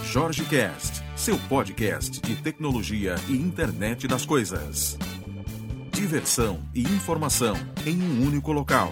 Jorge Cast, seu podcast de tecnologia e internet das coisas. Diversão e informação em um único local.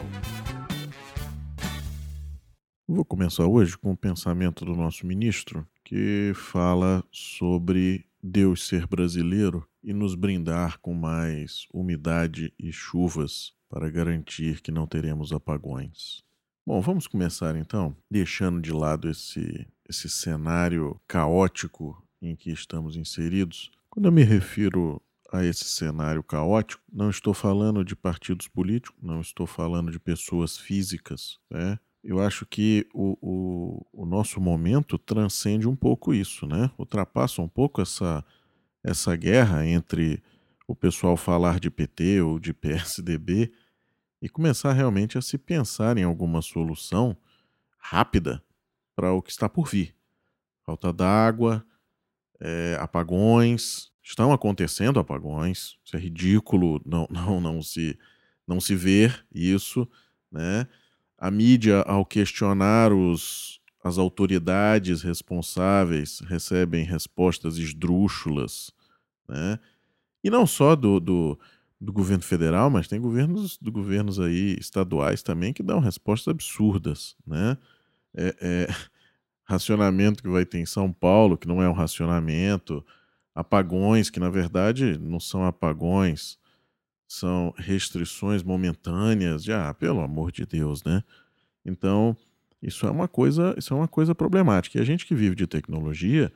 Vou começar hoje com o pensamento do nosso ministro, que fala sobre Deus ser brasileiro e nos brindar com mais umidade e chuvas para garantir que não teremos apagões. Bom, vamos começar então, deixando de lado esse cenário caótico em que estamos inseridos. Quando eu me refiro a esse cenário caótico, não estou falando de partidos políticos, não estou falando de pessoas físicas, né? Eu acho que o nosso momento transcende um pouco isso, né? Ultrapassa um pouco essa guerra entre o pessoal falar de PT ou de PSDB e começar realmente a se pensar em alguma solução rápida para o que está por vir. Falta d'água, apagões, estão acontecendo apagões, isso é ridículo não se ver isso, né? A mídia, ao questionar as autoridades responsáveis, recebem respostas esdrúxulas, né? E não só do governo federal, mas tem governos aí estaduais também que dão respostas absurdas, né? Racionamento que vai ter em São Paulo, que não é um racionamento, apagões que na verdade não são apagões, são restrições momentâneas, pelo amor de Deus, né? Então, isso é uma coisa problemática. E a gente que vive de tecnologia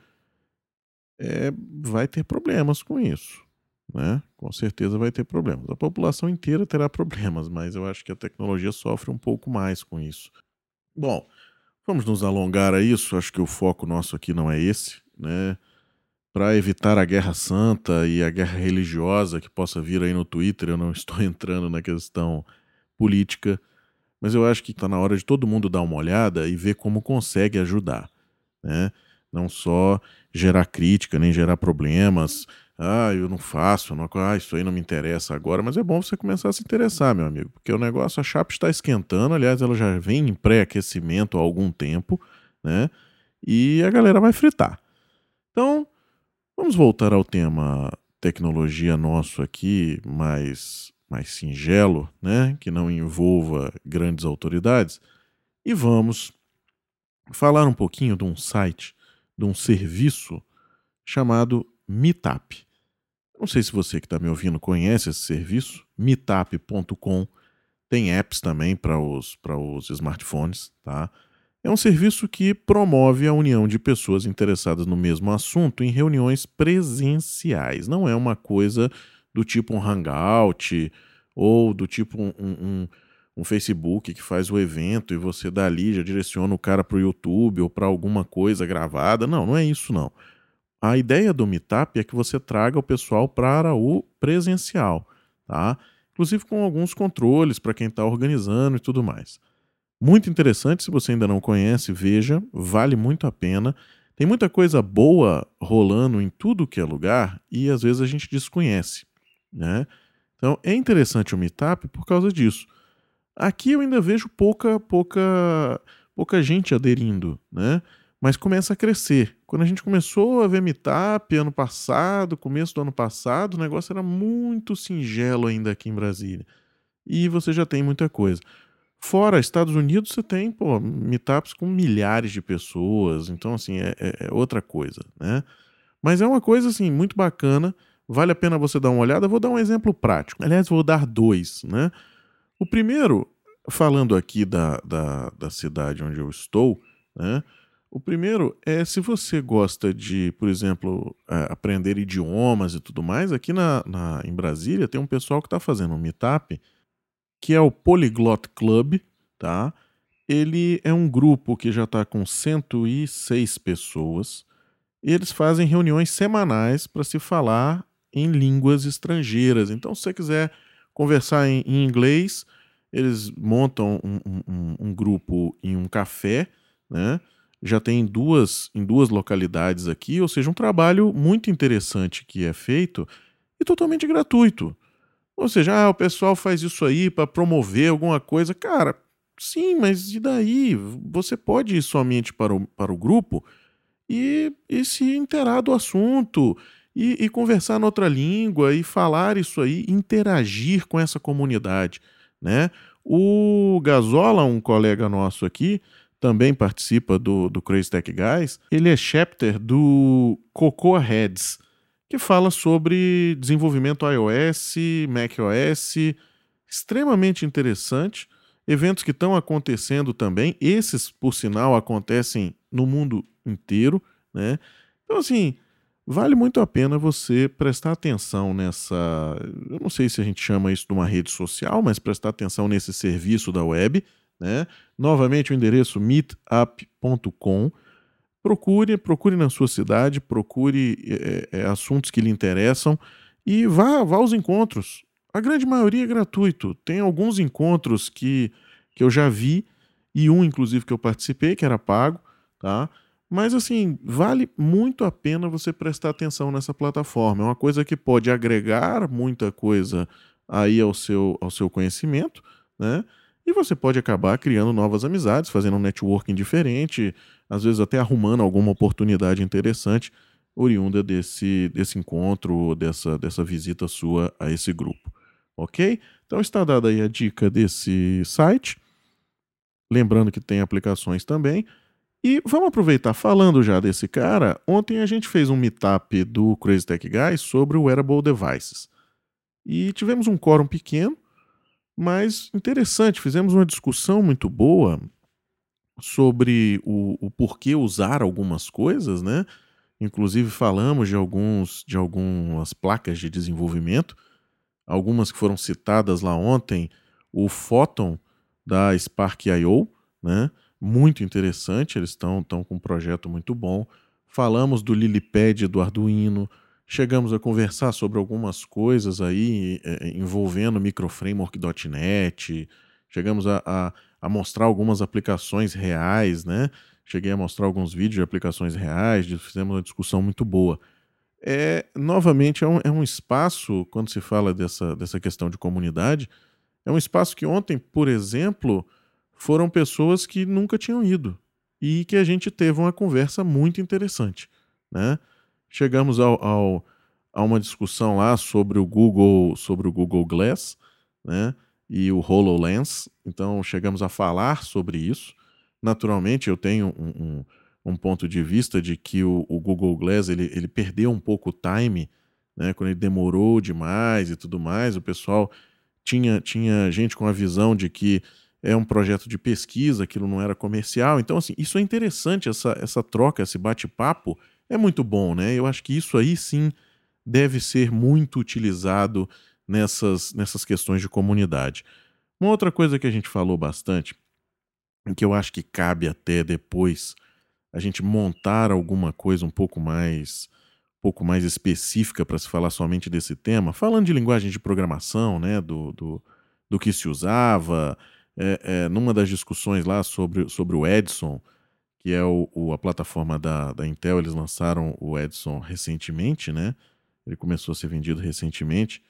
vai ter problemas com isso, né? Com certeza vai ter problemas. A população inteira terá problemas, mas eu acho que a tecnologia sofre um pouco mais com isso. Bom, vamos nos alongar a isso, acho que o foco nosso aqui não é esse, né? Para evitar a guerra santa e a guerra religiosa que possa vir aí no Twitter, eu não estou entrando na questão política, mas eu acho que está na hora de todo mundo dar uma olhada e ver como consegue ajudar, né? Não só gerar crítica, nem gerar problemas. Eu não faço, isso aí não me interessa agora, mas é bom você começar a se interessar, meu amigo, porque o negócio, a chapa está esquentando, aliás, ela já vem em pré-aquecimento há algum tempo, né? E a galera vai fritar. Então, vamos voltar ao tema tecnologia nosso aqui, mais singelo, né? Que não envolva grandes autoridades. E vamos falar um pouquinho de um site, de um serviço chamado Meetup. Não sei se você que está me ouvindo conhece esse serviço, meetup.com. Tem apps também para os smartphones, tá? É um serviço que promove a união de pessoas interessadas no mesmo assunto em reuniões presenciais. Não é uma coisa do tipo um Hangout ou do tipo um Facebook que faz o evento e você dali já direciona o cara para o YouTube ou para alguma coisa gravada. Não é isso não. A ideia do Meetup é que você traga o pessoal para o presencial, tá? Inclusive com alguns controles para quem está organizando e tudo mais. Muito interessante, se você ainda não conhece, veja, vale muito a pena. Tem muita coisa boa rolando em tudo que é lugar e às vezes a gente desconhece, né? Então é interessante o Meetup por causa disso. Aqui eu ainda vejo pouca gente aderindo, né? Mas começa a crescer. Quando a gente começou a ver Meetup ano passado, começo do ano passado, o negócio era muito singelo ainda aqui em Brasília. E você já tem muita coisa. Fora Estados Unidos, você tem meetups com milhares de pessoas, então assim, é outra coisa, né? Mas é uma coisa assim, muito bacana, vale a pena você dar uma olhada. Eu vou dar um exemplo prático, aliás, vou dar dois, né? O primeiro, falando aqui da cidade onde eu estou, né? O primeiro é se você gosta de, por exemplo, aprender idiomas e tudo mais, aqui em Brasília tem um pessoal que está fazendo um meetup, que é o Polyglot Club, tá? Ele é um grupo que já está com 106 pessoas. E eles fazem reuniões semanais para se falar em línguas estrangeiras. Então, se você quiser conversar em inglês, eles montam um grupo em um café, né? Já tem em duas localidades aqui, ou seja, um trabalho muito interessante que é feito e totalmente gratuito. Ou seja, o pessoal faz isso aí para promover alguma coisa. Cara, sim, mas e daí? Você pode ir somente para o grupo e se inteirar do assunto, e conversar noutra língua, e falar isso aí, interagir com essa comunidade, né? O Gazola, um colega nosso aqui, também participa do Crazy Tech Guys. Ele é chapter do Cocoa Heads, que fala sobre desenvolvimento iOS, macOS, extremamente interessante. Eventos que estão acontecendo também, esses, por sinal, acontecem no mundo inteiro, né? Então, assim, vale muito a pena você prestar atenção nessa... Eu não sei se a gente chama isso de uma rede social, mas prestar atenção nesse serviço da web, né? Novamente, o endereço meetup.com. Procure na sua cidade, procure assuntos que lhe interessam e vá aos encontros. A grande maioria é gratuito. Tem alguns encontros que eu já vi, e um, inclusive, que eu participei, que era pago, tá? Mas, assim, vale muito a pena você prestar atenção nessa plataforma. É uma coisa que pode agregar muita coisa aí ao seu conhecimento, né? E você pode acabar criando novas amizades, fazendo um networking diferente, às vezes até arrumando alguma oportunidade interessante oriunda desse encontro, dessa visita sua a esse grupo. Ok? Então está dada aí a dica desse site. Lembrando que tem aplicações também. E vamos aproveitar, falando já desse cara, ontem a gente fez um meetup do Crazy Tech Guys sobre o Wearable Devices. E tivemos um quórum pequeno, mas interessante, fizemos uma discussão muito boa sobre o porquê usar algumas coisas, né? Inclusive falamos de algumas placas de desenvolvimento, algumas que foram citadas lá ontem, o Photon da Spark.io, né? Muito interessante, eles estão com um projeto muito bom. Falamos do Lilypad do Arduino, chegamos a conversar sobre algumas coisas aí envolvendo microframework.net, chegamos a mostrar algumas aplicações reais, né? Cheguei a mostrar alguns vídeos de aplicações reais, fizemos uma discussão muito boa. Novamente, é um espaço, quando se fala dessa questão de comunidade, é um espaço que ontem, por exemplo, foram pessoas que nunca tinham ido e que a gente teve uma conversa muito interessante, né? Chegamos a uma discussão lá sobre o Google Glass, né? E o HoloLens, então chegamos a falar sobre isso. Naturalmente, eu tenho um ponto de vista de que o Google Glass ele perdeu um pouco o time, né? Quando ele demorou demais e tudo mais, o pessoal tinha gente com a visão de que é um projeto de pesquisa, aquilo não era comercial. Então, assim, isso é interessante, essa troca, esse bate-papo é muito bom, né? Eu acho que isso aí sim deve ser muito utilizado nessas questões de comunidade. Uma outra coisa que a gente falou bastante, que eu acho que cabe até depois a gente montar alguma coisa um pouco mais específica para se falar somente desse tema, falando de linguagem de programação, né, do que se usava, numa das discussões lá sobre o Edson, que é a plataforma da Intel, eles lançaram o Edson recentemente, né? Ele começou a ser vendido recentemente,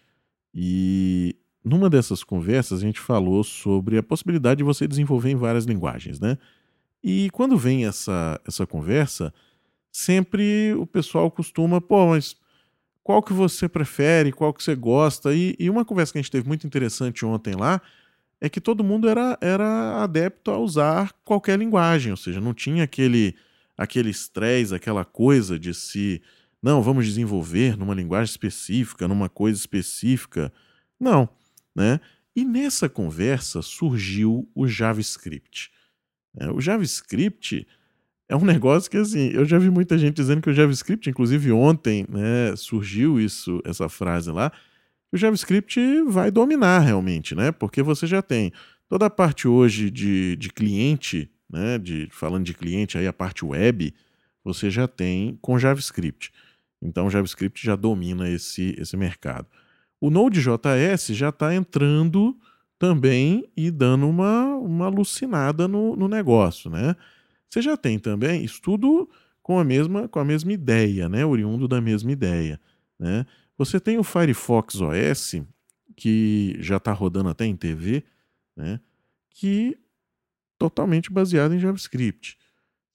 e numa dessas conversas a gente falou sobre a possibilidade de você desenvolver em várias linguagens, né? E quando vem essa conversa, sempre o pessoal costuma, pô, mas qual que você prefere, qual que você gosta? E uma conversa que a gente teve muito interessante ontem lá é que todo mundo era adepto a usar qualquer linguagem, ou seja, não tinha aquele estresse, aquela coisa de não, vamos desenvolver numa linguagem específica, numa coisa específica. Não, né? E nessa conversa surgiu o JavaScript. O JavaScript é um negócio que, assim, eu já vi muita gente dizendo que o JavaScript, inclusive ontem, né, surgiu essa frase lá, o JavaScript vai dominar realmente, né? Porque você já tem toda a parte hoje de cliente, né? Falando de cliente, aí a parte web, você já tem com JavaScript. Então o JavaScript já domina esse mercado. O Node.js já está entrando também e dando uma alucinada no negócio, né? Você já tem também estudo com a mesma ideia, né? Oriundo da mesma ideia, né? Você tem o Firefox OS, que já está rodando até em TV, né? Que totalmente baseado em JavaScript.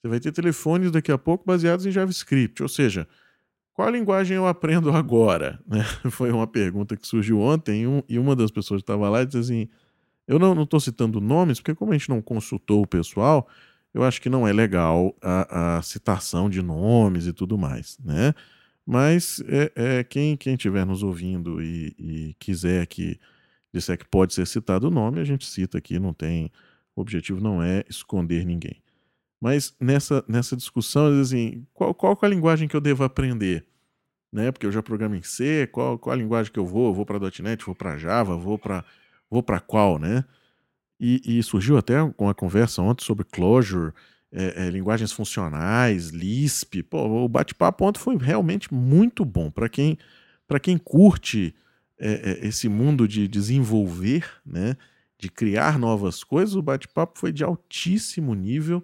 Você vai ter telefones daqui a pouco baseados em JavaScript, ou seja, qual linguagem eu aprendo agora? Né? Foi uma pergunta que surgiu ontem e uma das pessoas que estava lá disse assim, eu não estou citando nomes, porque como a gente não consultou o pessoal, eu acho que não é legal a citação de nomes e tudo mais, né? Mas quem estiver nos ouvindo e quiser que disser que pode ser citado o nome, a gente cita aqui, não tem... O objetivo não é esconder ninguém. Mas nessa discussão, eles dizem assim, qual é a linguagem que eu devo aprender? Né? Porque eu já programo em C, qual a linguagem que eu vou? Eu vou para .NET, vou para Java, vou para qual, né? E surgiu até uma conversa ontem sobre Clojure, linguagens funcionais, Lisp. Pô, o bate-papo ontem foi realmente muito bom. Para quem curte esse mundo de desenvolver, né? De criar novas coisas, o bate-papo foi de altíssimo nível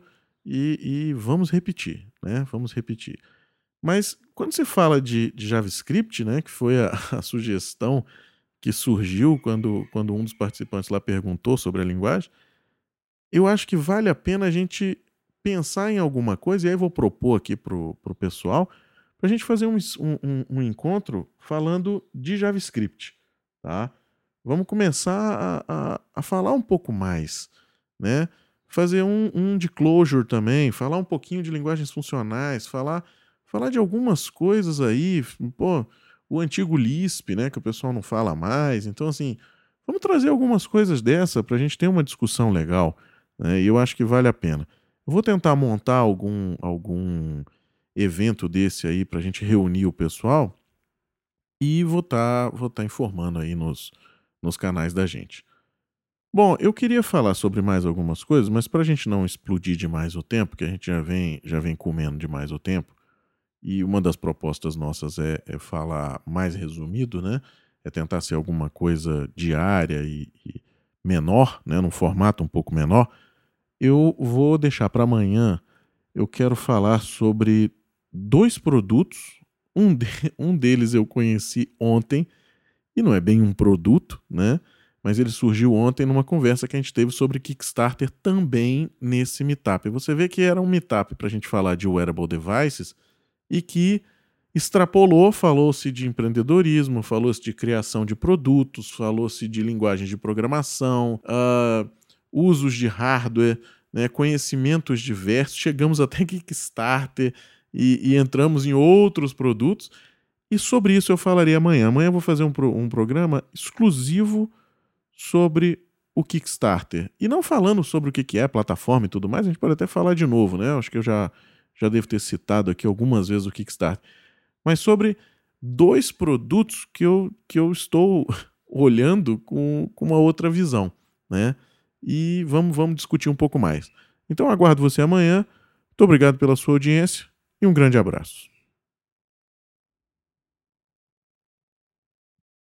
e vamos repetir, né? Vamos repetir. Mas quando se fala de JavaScript, né? Que foi a sugestão que surgiu quando um dos participantes lá perguntou sobre a linguagem, eu acho que vale a pena a gente pensar em alguma coisa, e aí eu vou propor aqui pro pessoal, para a gente fazer um encontro falando de JavaScript, tá? Vamos começar a falar um pouco mais, né? Fazer um de Clojure também, falar um pouquinho de linguagens funcionais, falar de algumas coisas aí, pô, o antigo Lisp, né, que o pessoal não fala mais. Então, assim, vamos trazer algumas coisas dessa para a gente ter uma discussão legal, né? E eu acho que vale a pena. Eu vou tentar montar algum evento desse aí para a gente reunir o pessoal e vou tá informando aí nos canais da gente. Bom, eu queria falar sobre mais algumas coisas, mas para a gente não explodir demais o tempo, que a gente já vem comendo demais o tempo, e uma das propostas nossas é falar mais resumido, né? É tentar ser alguma coisa diária e menor, né? Num formato um pouco menor. Eu vou deixar para amanhã, eu quero falar sobre 2 produtos. Um deles eu conheci ontem, e não é bem um produto, né? Mas ele surgiu ontem numa conversa que a gente teve sobre Kickstarter também nesse meetup. E você vê que era um meetup para a gente falar de wearable devices e que extrapolou, falou-se de empreendedorismo, falou-se de criação de produtos, falou-se de linguagens de programação, usos de hardware, né, conhecimentos diversos, chegamos até Kickstarter e entramos em outros produtos, e sobre isso eu falarei amanhã. Amanhã eu vou fazer um programa exclusivo sobre o Kickstarter. E não falando sobre o que é a plataforma e tudo mais, a gente pode até falar de novo, né? Acho que eu já devo ter citado aqui algumas vezes o Kickstarter. Mas sobre 2 produtos que eu estou olhando com uma outra visão, né? E vamos discutir um pouco mais. Então aguardo você amanhã. Muito obrigado pela sua audiência e um grande abraço.